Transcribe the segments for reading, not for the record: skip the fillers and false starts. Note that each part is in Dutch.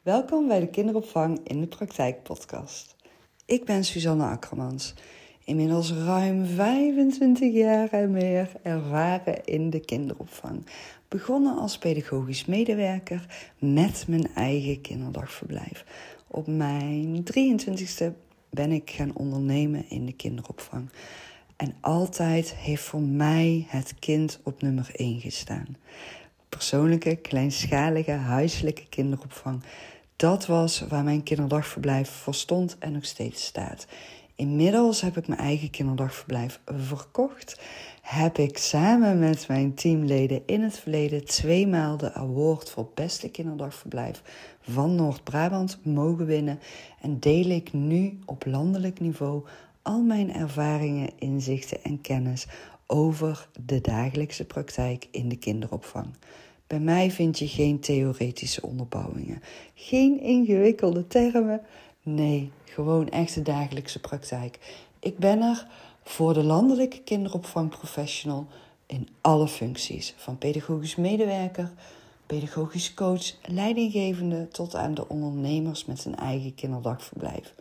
Welkom bij de Kinderopvang in de Praktijk podcast. Ik ben Suzanne Akkermans, inmiddels ruim 25 jaar en meer ervaren in de kinderopvang. Begonnen als pedagogisch medewerker met mijn eigen kinderdagverblijf. Op mijn 23e ben ik gaan ondernemen in de kinderopvang. En altijd heeft voor mij het kind op nummer 1 gestaan. Persoonlijke, kleinschalige, huiselijke kinderopvang. Dat was waar mijn kinderdagverblijf voor stond en nog steeds staat. Inmiddels heb ik mijn eigen kinderdagverblijf verkocht. Heb ik samen met mijn teamleden in het verleden 2 maal de award voor beste kinderdagverblijf van Noord-Brabant mogen winnen. En deel ik nu op landelijk niveau al mijn ervaringen, inzichten en kennis over de dagelijkse praktijk in de kinderopvang. Bij mij vind je geen theoretische onderbouwingen, geen ingewikkelde termen. Nee, gewoon echte dagelijkse praktijk. Ik ben er voor de landelijke kinderopvangprofessional in alle functies. Van pedagogisch medewerker, pedagogisch coach, leidinggevende tot aan de ondernemers met een eigen kinderdagverblijf.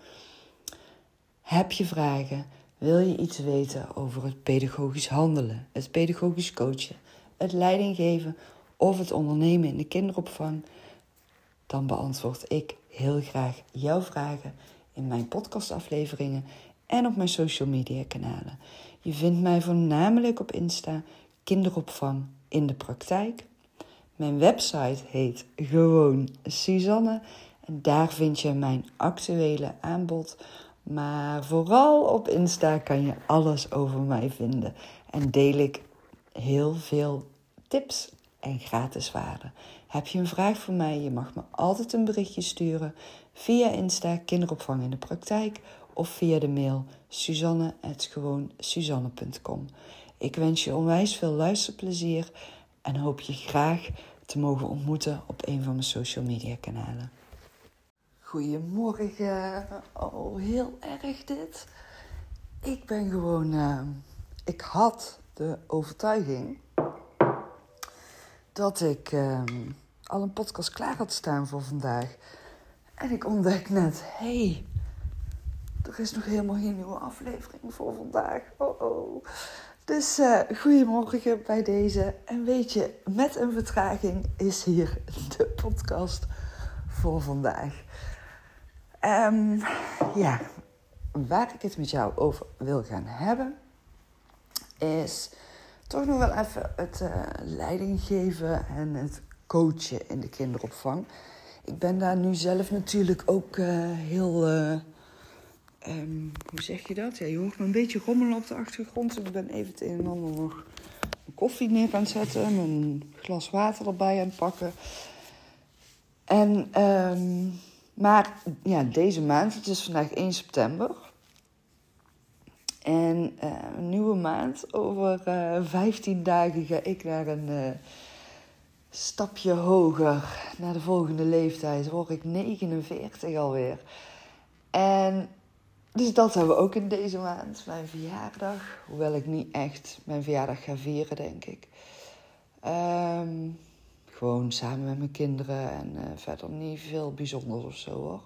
Heb je vragen? Wil je iets weten over het pedagogisch handelen, het pedagogisch coachen, het leidinggeven of het ondernemen in de kinderopvang? Dan beantwoord ik heel graag jouw vragen in mijn podcastafleveringen en op mijn social media kanalen. Je vindt mij voornamelijk op Insta, kinderopvang in de praktijk. Mijn website heet gewoon Suzanne en daar vind je mijn actuele aanbod. Maar vooral op Insta kan je alles over mij vinden. En deel ik heel veel tips en gratis waarde. Heb je een vraag voor mij? Je mag me altijd een berichtje sturen via Insta, kinderopvang in de praktijk. Of via de mail suzanne@gewoonsuzanne.com. Ik wens je onwijs veel luisterplezier en hoop je graag te mogen ontmoeten op een van mijn social media kanalen. Goedemorgen, heel erg dit. Ik had de overtuiging dat ik al een podcast klaar had staan voor vandaag. En ik ontdek net, er is nog helemaal geen nieuwe aflevering voor vandaag. Dus goedemorgen bij deze. En weet je, met een vertraging is hier de podcast voor vandaag. Waar ik het met jou over wil gaan hebben, is toch nog wel even het leiding geven en het coachen in de kinderopvang. Ik ben daar nu zelf natuurlijk ook hoe zeg je dat? Ja, je hoort me een beetje rommelen op de achtergrond. Ik ben even het een en ander nog een koffie neer aan het zetten, mijn glas water erbij aan het pakken. Maar deze maand, het is vandaag 1 september. En een nieuwe maand, over 15 dagen ga ik naar een stapje hoger. Naar de volgende leeftijd word ik 49 alweer. En dus dat hebben we ook in deze maand, mijn verjaardag. Hoewel ik niet echt mijn verjaardag ga vieren, denk ik. Gewoon samen met mijn kinderen en verder niet veel bijzonders of zo hoor.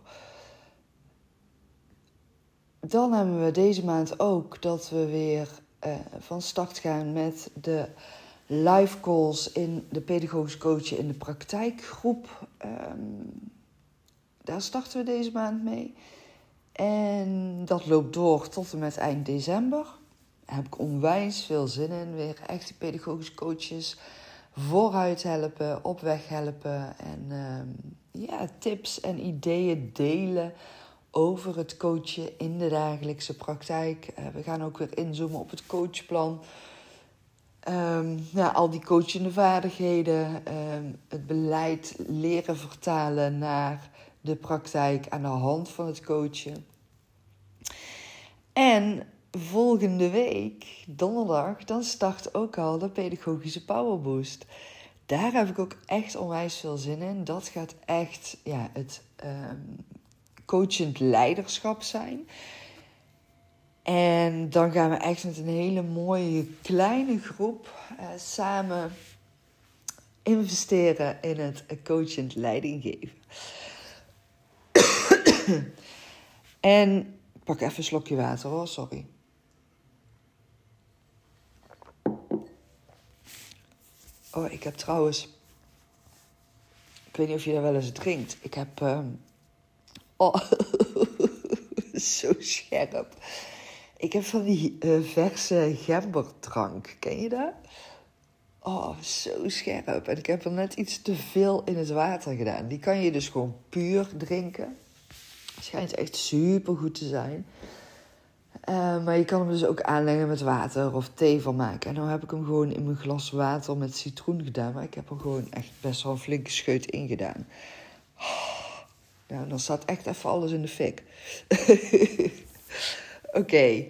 Dan hebben we deze maand ook dat we weer van start gaan met de live calls in de pedagogisch coachen in de praktijkgroep. Daar starten we deze maand mee. En dat loopt door tot en met eind december. Daar heb ik onwijs veel zin in. Weer echt die pedagogisch coaches vooruit helpen, op weg helpen. En tips en ideeën delen over het coachen in de dagelijkse praktijk. We gaan ook weer inzoomen op het coachplan. Al die coachende vaardigheden. Het beleid leren vertalen naar de praktijk aan de hand van het coachen. En volgende week, donderdag, dan start ook al de pedagogische Powerboost. Daar heb ik ook echt onwijs veel zin in. Dat gaat echt het coachend leiderschap zijn. En dan gaan we echt met een hele mooie kleine groep samen investeren in het coachend leidinggeven. En ik pak even een slokje water hoor, sorry. Oh, ik heb trouwens... Ik weet niet of je dat wel eens drinkt. Ik heb... Oh, zo scherp. Ik heb van die verse gemberdrank. Ken je dat? Oh, zo scherp. En ik heb er net iets te veel in het water gedaan. Die kan je dus gewoon puur drinken. Het schijnt echt super goed te zijn. Maar je kan hem dus ook aanlengen met water of thee van maken. En nu heb ik hem gewoon in mijn glas water met citroen gedaan. Maar ik heb er gewoon echt best wel een flinke scheut in gedaan. Nou, dan staat echt even alles in de fik. Oké.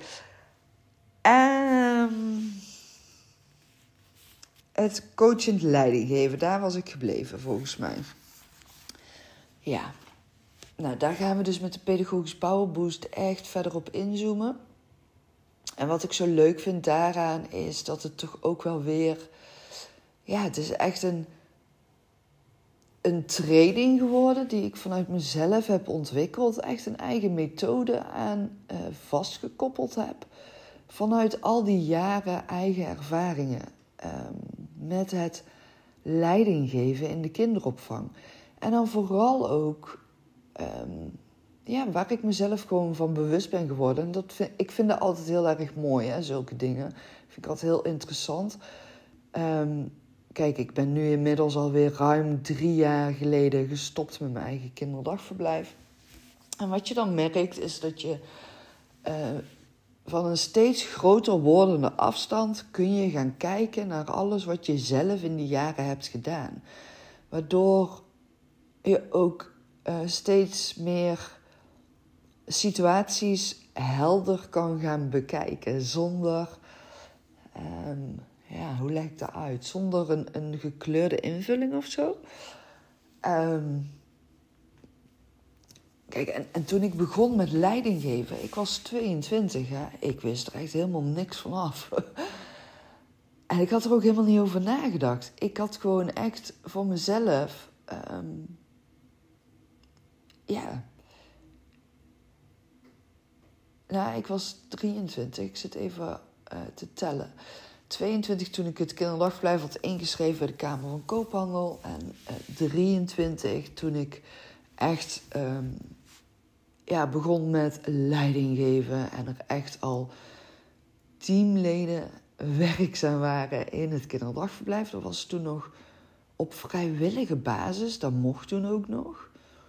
Het coachend leidinggeven, daar was ik gebleven volgens mij. Ja. Nou, daar gaan we dus met de Pedagogisch Power Boost echt verder op inzoomen. En wat ik zo leuk vind daaraan is dat het toch ook wel weer... Ja, het is echt een training geworden die ik vanuit mezelf heb ontwikkeld. Echt een eigen methode aan vastgekoppeld heb. Vanuit al die jaren eigen ervaringen. Met het leidinggeven in de kinderopvang. En dan vooral ook... waar ik mezelf gewoon van bewust ben geworden. En ik vind dat altijd heel erg mooi, hè, zulke dingen. Vind ik altijd heel interessant. Kijk, ik ben nu inmiddels alweer ruim 3 jaar geleden gestopt met mijn eigen kinderdagverblijf. En wat je dan merkt is dat je van een steeds groter wordende afstand kun je gaan kijken naar alles wat je zelf in die jaren hebt gedaan. Waardoor je ook steeds meer situaties helder kan gaan bekijken. Zonder, hoe leg ik dat uit? Zonder een gekleurde invulling of zo. Kijk, en toen ik begon met leidinggeven, ik was 22, hè? Ik wist er echt helemaal niks van af. En ik had er ook helemaal niet over nagedacht. Ik had gewoon echt voor mezelf... Nou, ik was 23. Ik zit even te tellen. 22 toen ik het kinderdagverblijf had ingeschreven bij de Kamer van Koophandel. En 23 toen ik echt begon met leidinggeven. En er echt al teamleden werkzaam waren in het kinderdagverblijf. Dat was toen nog op vrijwillige basis. Dat mocht toen ook nog.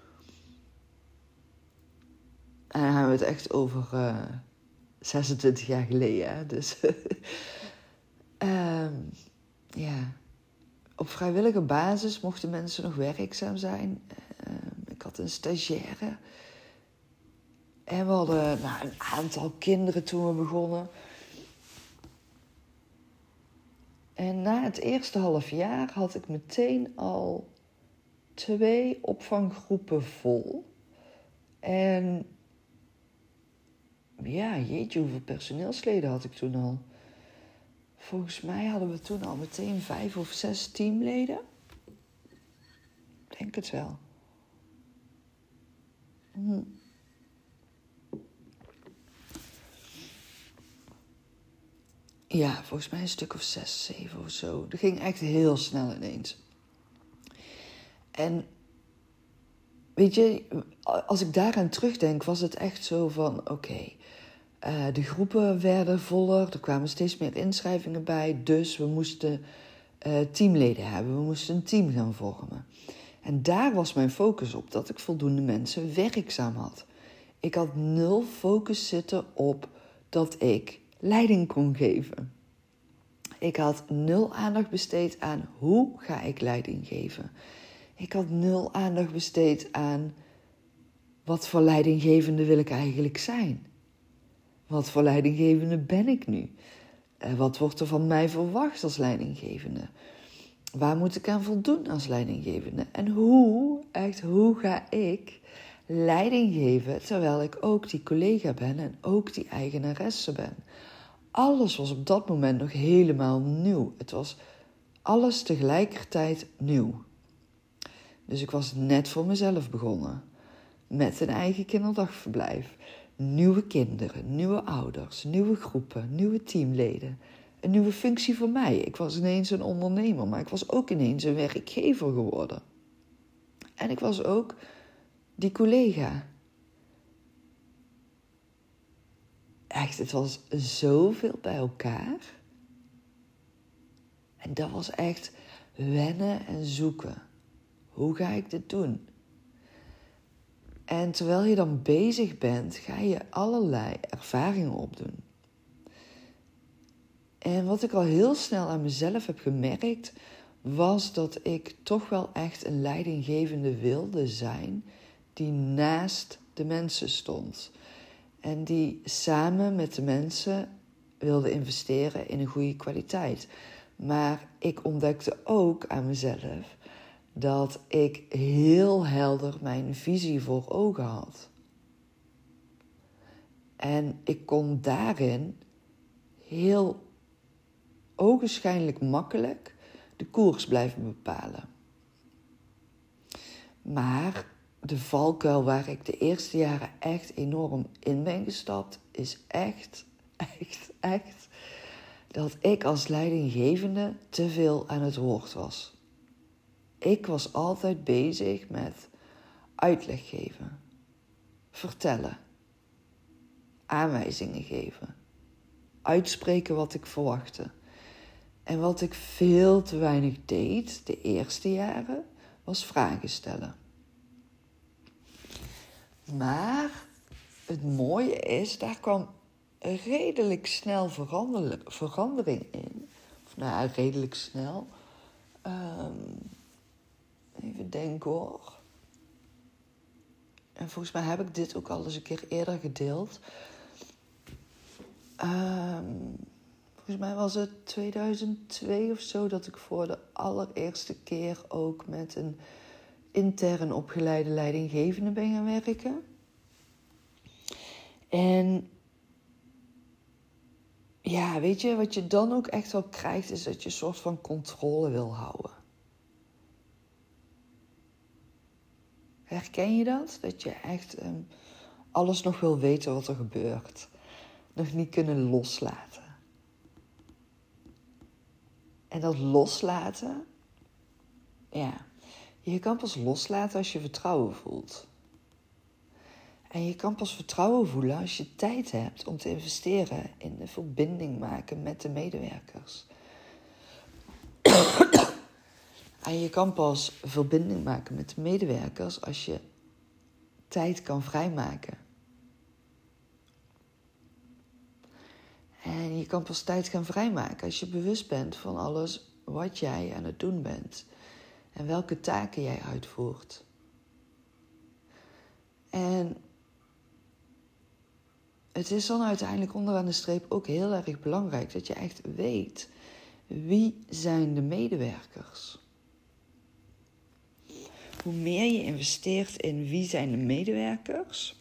En dan hebben we het echt over 26 jaar geleden. Hè? Dus op vrijwillige basis mochten mensen nog werkzaam zijn. Ik had een stagiaire. En we hadden een aantal kinderen toen we begonnen. En na het eerste half jaar had ik meteen al 2 opvanggroepen vol. En ja, jeetje, hoeveel personeelsleden had ik toen al? Volgens mij hadden we toen al meteen 5 of 6 teamleden. Ik denk het wel. Ja, volgens mij een stuk of 6, 7 of zo. Dat ging echt heel snel ineens. En weet je, als ik daaraan terugdenk, was het echt zo van... Oké, de groepen werden voller, er kwamen steeds meer inschrijvingen bij. Dus we moesten teamleden hebben, we moesten een team gaan vormen. En daar was mijn focus op, dat ik voldoende mensen werkzaam had. Ik had 0 focus zitten op dat ik leiding kon geven. Ik had 0 aandacht besteed aan hoe ga ik leiding geven. Ik had 0 aandacht besteed aan wat voor leidinggevende wil ik eigenlijk zijn. Wat voor leidinggevende ben ik nu? Wat wordt er van mij verwacht als leidinggevende? Waar moet ik aan voldoen als leidinggevende? En hoe ga ik leiding geven terwijl ik ook die collega ben en ook die eigenaresse ben? Alles was op dat moment nog helemaal nieuw. Het was alles tegelijkertijd nieuw. Dus ik was net voor mezelf begonnen. met een eigen kinderdagverblijf. Nieuwe kinderen, nieuwe ouders, nieuwe groepen, nieuwe teamleden. Een nieuwe functie voor mij. Ik was ineens een ondernemer, maar ik was ook ineens een werkgever geworden. En ik was ook die collega. Echt, het was zoveel bij elkaar. En dat was echt wennen en zoeken. Hoe ga ik dit doen? En terwijl je dan bezig bent, ga je allerlei ervaringen opdoen. En wat ik al heel snel aan mezelf heb gemerkt, was dat ik toch wel echt een leidinggevende wilde zijn die naast de mensen stond. En die samen met de mensen wilde investeren in een goede kwaliteit. Maar ik ontdekte ook aan mezelf dat ik heel helder mijn visie voor ogen had. En ik kon daarin heel ogenschijnlijk makkelijk de koers blijven bepalen. Maar de valkuil waar ik de eerste jaren echt enorm in ben gestapt, is echt dat ik als leidinggevende te veel aan het woord was. Ik was altijd bezig met uitleg geven, vertellen, aanwijzingen geven, uitspreken wat ik verwachtte. En wat ik veel te weinig deed de eerste jaren, was vragen stellen. Maar het mooie is, daar kwam redelijk snel verandering in. Of nou ja, redelijk snel. Even denken hoor. En volgens mij heb ik dit ook al eens een keer eerder gedeeld. Volgens mij was het 2002 of zo dat ik voor de allereerste keer ook met een intern opgeleide leidinggevende ben gaan werken. En ja, weet je, wat je dan ook echt wel krijgt, is dat je een soort van controle wil houden. Herken je dat? Dat je echt alles nog wil weten wat er gebeurt. Nog niet kunnen loslaten. En dat loslaten, ja, je kan pas loslaten als je vertrouwen voelt. En je kan pas vertrouwen voelen als je tijd hebt om te investeren in de verbinding maken met de medewerkers. En je kan pas verbinding maken met de medewerkers als je tijd kan vrijmaken. En je kan pas tijd gaan vrijmaken als je bewust bent van alles wat jij aan het doen bent. En welke taken jij uitvoert. En het is dan uiteindelijk onderaan de streep ook heel erg belangrijk dat je echt weet wie zijn de medewerkers. Hoe meer je investeert in wie zijn de medewerkers,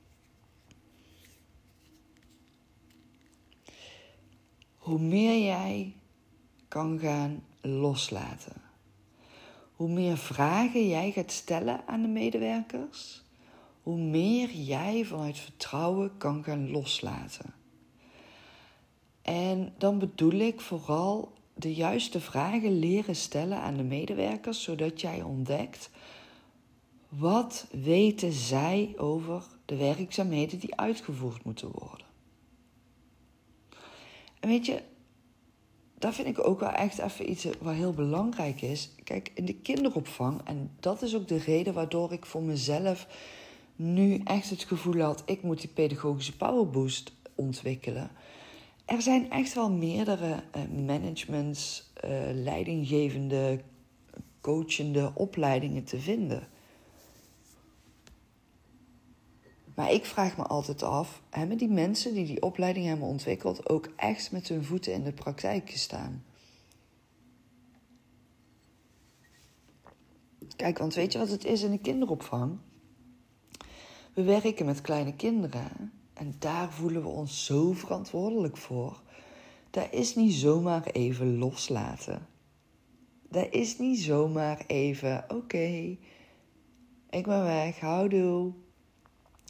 hoe meer jij kan gaan loslaten. Hoe meer vragen jij gaat stellen aan de medewerkers, hoe meer jij vanuit vertrouwen kan gaan loslaten. En dan bedoel ik vooral de juiste vragen leren stellen aan de medewerkers, zodat jij ontdekt, wat weten zij over de werkzaamheden die uitgevoerd moeten worden. En weet je, dat vind ik ook wel echt even iets wat heel belangrijk is. Kijk, in de kinderopvang, en dat is ook de reden waardoor ik voor mezelf nu echt het gevoel had, ik moet die pedagogische powerboost ontwikkelen. Er zijn echt wel meerdere managements, leidinggevende, coachende opleidingen te vinden. Maar ik vraag me altijd af, hebben die mensen die die opleiding hebben ontwikkeld ook echt met hun voeten in de praktijk gestaan? Kijk, want weet je wat het is in de kinderopvang? We werken met kleine kinderen en daar voelen we ons zo verantwoordelijk voor. Dat is niet zomaar even loslaten. Dat is niet zomaar even, oké, ik ben weg, houdoe.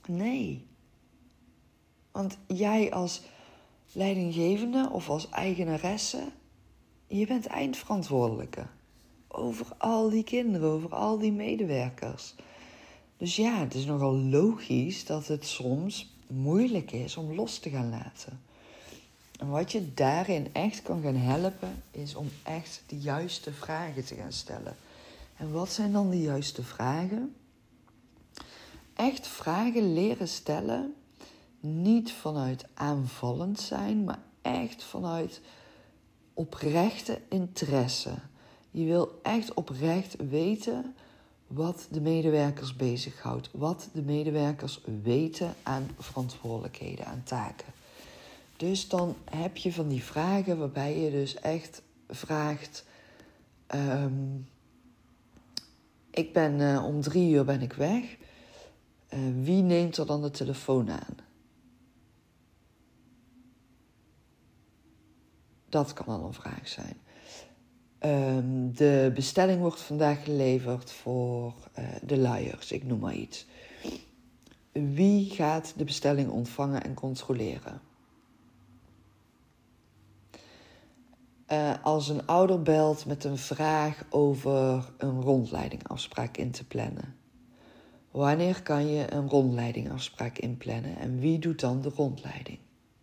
Nee. Want jij als leidinggevende of als eigenaresse, je bent eindverantwoordelijke. Over al die kinderen, over al die medewerkers. Dus ja, het is nogal logisch dat het soms moeilijk is om los te gaan laten. En wat je daarin echt kan gaan helpen, is om echt de juiste vragen te gaan stellen. En wat zijn dan de juiste vragen? Echt vragen leren stellen, niet vanuit aanvallend zijn, maar echt vanuit oprechte interesse. Je wil echt oprecht weten wat de medewerkers bezighoudt, wat de medewerkers weten aan verantwoordelijkheden, aan taken. Dus dan heb je van die vragen waarbij je dus echt vraagt, ik ben om 3 uur ben ik weg, wie neemt er dan de telefoon aan? Dat kan al een vraag zijn. De bestelling wordt vandaag geleverd voor de luiers, ik noem maar iets. Wie gaat de bestelling ontvangen en controleren? Als een ouder belt met een vraag over een rondleidingafspraak in te plannen. Wanneer kan je een rondleidingafspraak inplannen en wie doet dan de rondleiding?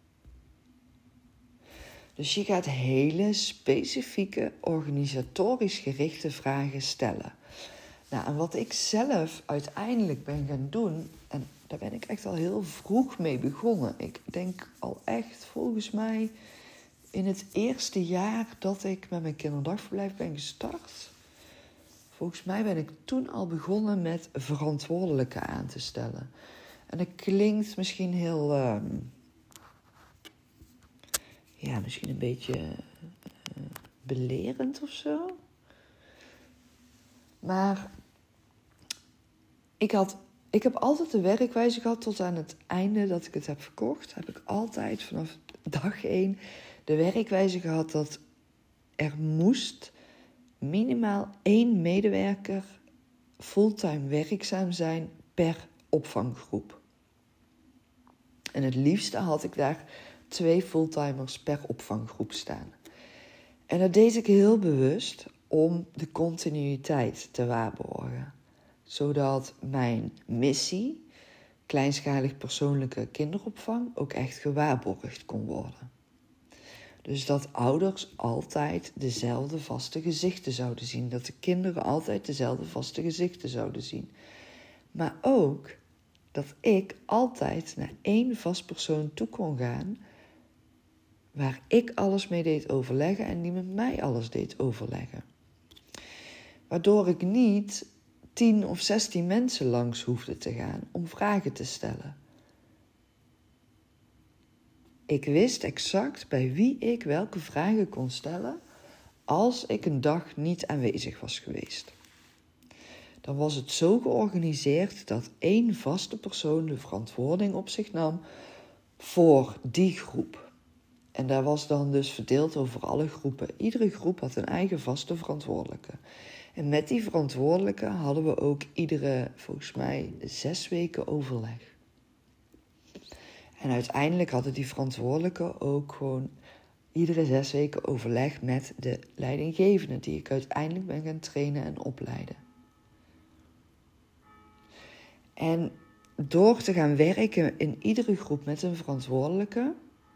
Dus je gaat hele specifieke, organisatorisch gerichte vragen stellen. Nou, en wat ik zelf uiteindelijk ben gaan doen, en daar ben ik echt al heel vroeg mee begonnen. Ik denk al echt volgens mij in het eerste jaar dat ik met mijn kinderdagverblijf ben gestart. Volgens mij ben ik toen al begonnen met verantwoordelijke aan te stellen. En dat klinkt misschien heel, misschien een beetje belerend of zo. Maar ik heb altijd de werkwijze gehad tot aan het einde dat ik het heb verkocht. Heb ik altijd vanaf dag 1 de werkwijze gehad dat er moest minimaal 1 medewerker fulltime werkzaam zijn per opvanggroep. En het liefste had ik daar 2 fulltimers per opvanggroep staan. En dat deed ik heel bewust om de continuïteit te waarborgen. Zodat mijn missie, kleinschalig persoonlijke kinderopvang, ook echt gewaarborgd kon worden. Dus dat ouders altijd dezelfde vaste gezichten zouden zien. Dat de kinderen altijd dezelfde vaste gezichten zouden zien. Maar ook dat ik altijd naar 1 vast persoon toe kon gaan, waar ik alles mee deed overleggen en die met mij alles deed overleggen. Waardoor ik niet 10 of 16 mensen langs hoefde te gaan om vragen te stellen. Ik wist exact bij wie ik welke vragen kon stellen als ik een dag niet aanwezig was geweest. Dan was het zo georganiseerd dat 1 vaste persoon de verantwoording op zich nam voor die groep. En dat was dan dus verdeeld over alle groepen. Iedere groep had een eigen vaste verantwoordelijke. En met die verantwoordelijke hadden we ook volgens mij 6 weken overleg. En uiteindelijk hadden die verantwoordelijken ook gewoon iedere 6 weken overleg met de leidinggevende, die ik uiteindelijk ben gaan trainen en opleiden. En door te gaan werken in iedere groep met een verantwoordelijke,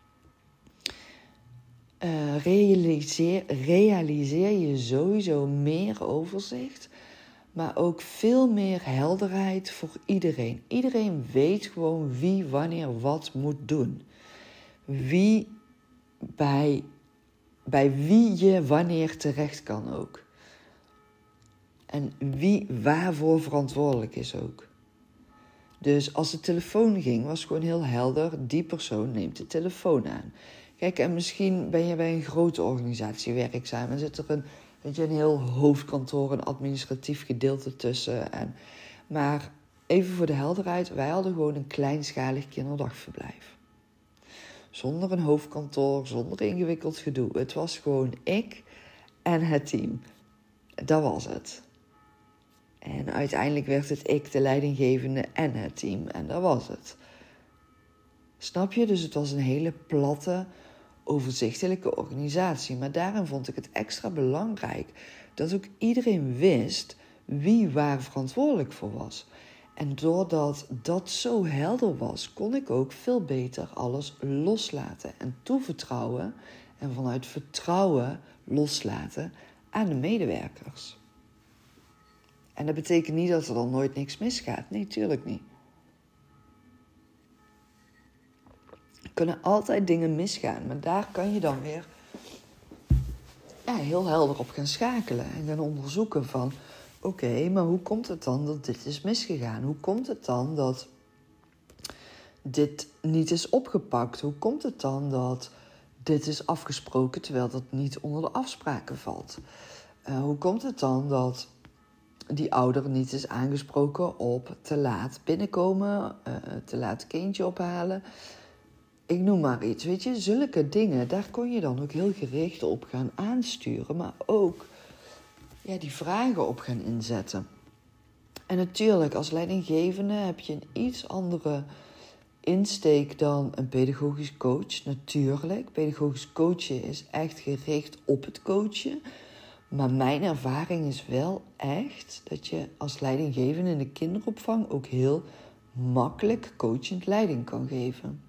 realiseer je sowieso meer overzicht, maar ook veel meer helderheid voor iedereen. Iedereen weet gewoon wie wanneer wat moet doen. Wie bij wie je wanneer terecht kan ook. En wie waarvoor verantwoordelijk is ook. Dus als de telefoon ging, was gewoon heel helder, die persoon neemt de telefoon aan. Kijk, en misschien ben je bij een grote organisatie werkzaam en zit er een heel hoofdkantoor, een administratief gedeelte tussen. Maar even voor de helderheid, wij hadden gewoon een kleinschalig kinderdagverblijf. Zonder een hoofdkantoor, zonder ingewikkeld gedoe. Het was gewoon ik en het team. Dat was het. En uiteindelijk werd het ik, de leidinggevende en het team. En dat was het. Snap je? Dus het was een hele platte, overzichtelijke organisatie. Maar daarin vond ik het extra belangrijk dat ook iedereen wist wie waar verantwoordelijk voor was. En doordat dat zo helder was, kon ik ook veel beter alles loslaten en toevertrouwen. En vanuit vertrouwen loslaten aan de medewerkers. En dat betekent niet dat er dan nooit niks misgaat. Nee, tuurlijk niet. Er kunnen altijd dingen misgaan. Maar daar kan je dan weer heel helder op gaan schakelen. En gaan onderzoeken van... Oké, maar hoe komt het dan dat dit is misgegaan? Hoe komt het dan dat dit niet is opgepakt? Hoe komt het dan dat dit is afgesproken terwijl dat niet onder de afspraken valt? Hoe komt het dan dat die ouder niet is aangesproken op te laat binnenkomen, te laat kindje ophalen? Ik noem maar iets, weet je, zulke dingen, daar kon je dan ook heel gericht op gaan aansturen, maar ook die vragen op gaan inzetten. En natuurlijk, als leidinggevende heb je een iets andere insteek dan een pedagogisch coach, natuurlijk. Pedagogisch coachen is echt gericht op het coachen. Maar mijn ervaring is wel echt dat je als leidinggevende in de kinderopvang ook heel makkelijk coachend leiding kan geven.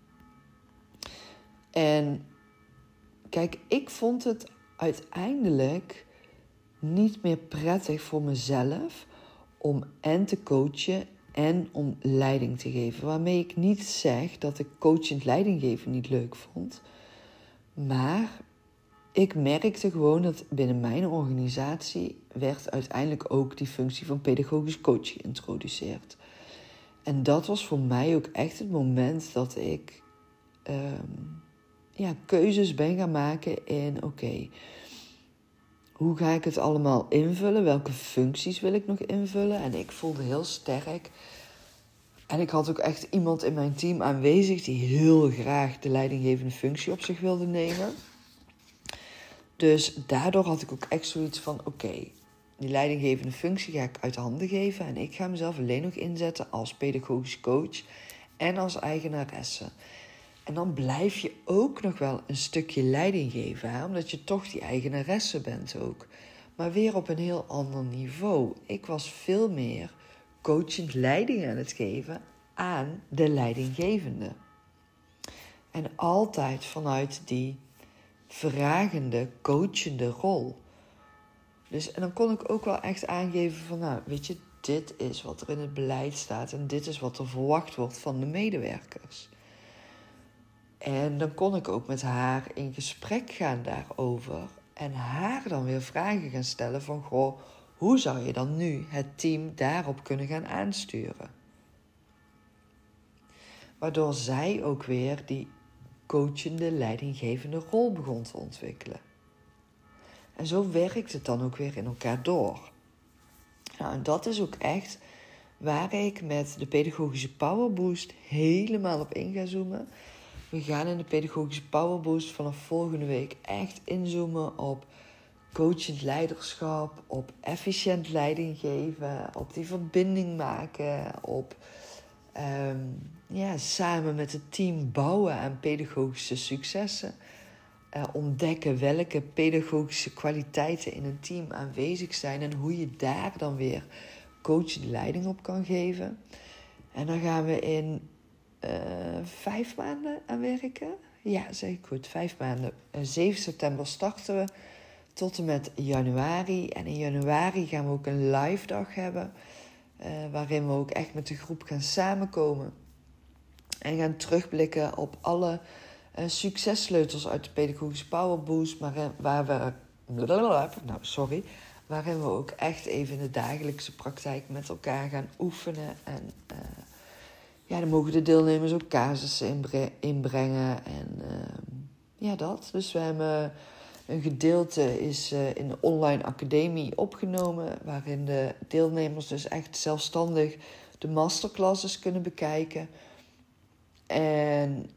En kijk, ik vond het uiteindelijk niet meer prettig voor mezelf om en te coachen en om leiding te geven. Waarmee ik niet zeg dat ik coachend leiding geven niet leuk vond. Maar ik merkte gewoon dat binnen mijn organisatie werd uiteindelijk ook die functie van pedagogisch coach geïntroduceerd. En dat was voor mij ook echt het moment dat ik keuzes ben gaan maken in hoe ga ik het allemaal invullen? Welke functies wil ik nog invullen? En ik voelde heel sterk. En ik had ook echt iemand in mijn team aanwezig die heel graag de leidinggevende functie op zich wilde nemen. Dus daardoor had ik ook echt zoiets van, die leidinggevende functie ga ik uit handen geven. En ik ga mezelf alleen nog inzetten als pedagogisch coach en als eigenaresse. En dan blijf je ook nog wel een stukje leiding geven, hè? Omdat je toch die eigenaresse bent ook. Maar weer op een heel ander niveau. Ik was veel meer coachend leiding aan het geven aan de leidinggevende. En altijd vanuit die vragende, coachende rol. Dus, en dan kon ik ook wel echt aangeven van, dit is wat er in het beleid staat en dit is wat er verwacht wordt van de medewerkers. En dan kon ik ook met haar in gesprek gaan daarover. En haar dan weer vragen gaan stellen van... hoe zou je dan nu het team daarop kunnen gaan aansturen? Waardoor zij ook weer die coachende, leidinggevende rol begon te ontwikkelen. En zo werkt het dan ook weer in elkaar door. Nou, en dat is ook echt waar ik met de pedagogische Powerboost helemaal op in ga zoomen. We gaan in de pedagogische Powerboost vanaf volgende week echt inzoomen op coachend leiderschap, op efficiënt leiding geven, op die verbinding maken, op samen met het team bouwen aan pedagogische successen. Ontdekken welke pedagogische kwaliteiten in een team aanwezig zijn en hoe je daar dan weer coachende leiding op kan geven. En dan gaan we in 5 maanden aan werken. Ja, zeg ik goed, 5 maanden. 7 september starten we tot en met januari. En in januari gaan we ook een live dag hebben. Waarin we ook echt met de groep gaan samenkomen. En gaan terugblikken op alle successleutels uit de pedagogische Powerboost. Waarin we ook echt even in de dagelijkse praktijk met elkaar gaan oefenen. En dan mogen de deelnemers ook casussen inbrengen. En dat. Dus we hebben een gedeelte is in de online academie opgenomen. Waarin de deelnemers dus echt zelfstandig de masterclasses kunnen bekijken. En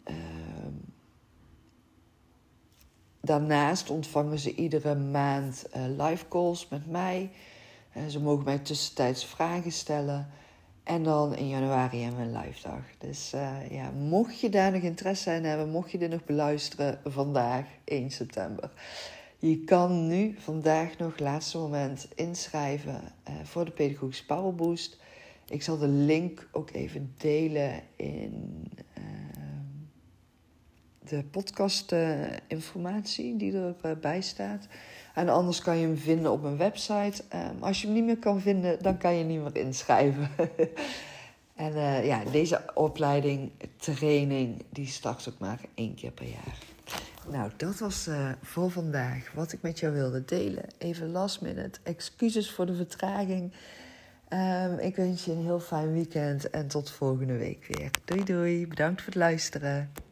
daarnaast ontvangen ze iedere maand live calls met mij. Ze mogen mij tussentijds vragen stellen. En dan in januari hebben we een live dag. Dus mocht je daar nog interesse in hebben, mocht je dit nog beluisteren, vandaag 1 september. Je kan nu vandaag nog, laatste moment, inschrijven voor de Pedagogische Power Boost. Ik zal de link ook even delen in de podcast informatie die erbij staat. En anders kan je hem vinden op mijn website. Als je hem niet meer kan vinden, dan kan je niet meer inschrijven. En deze opleiding, training, die start ook maar 1 keer per jaar. Nou, dat was voor vandaag wat ik met jou wilde delen. Even last minute. Excuses voor de vertraging. Ik wens je een heel fijn weekend en tot volgende week weer. Doei doei, bedankt voor het luisteren.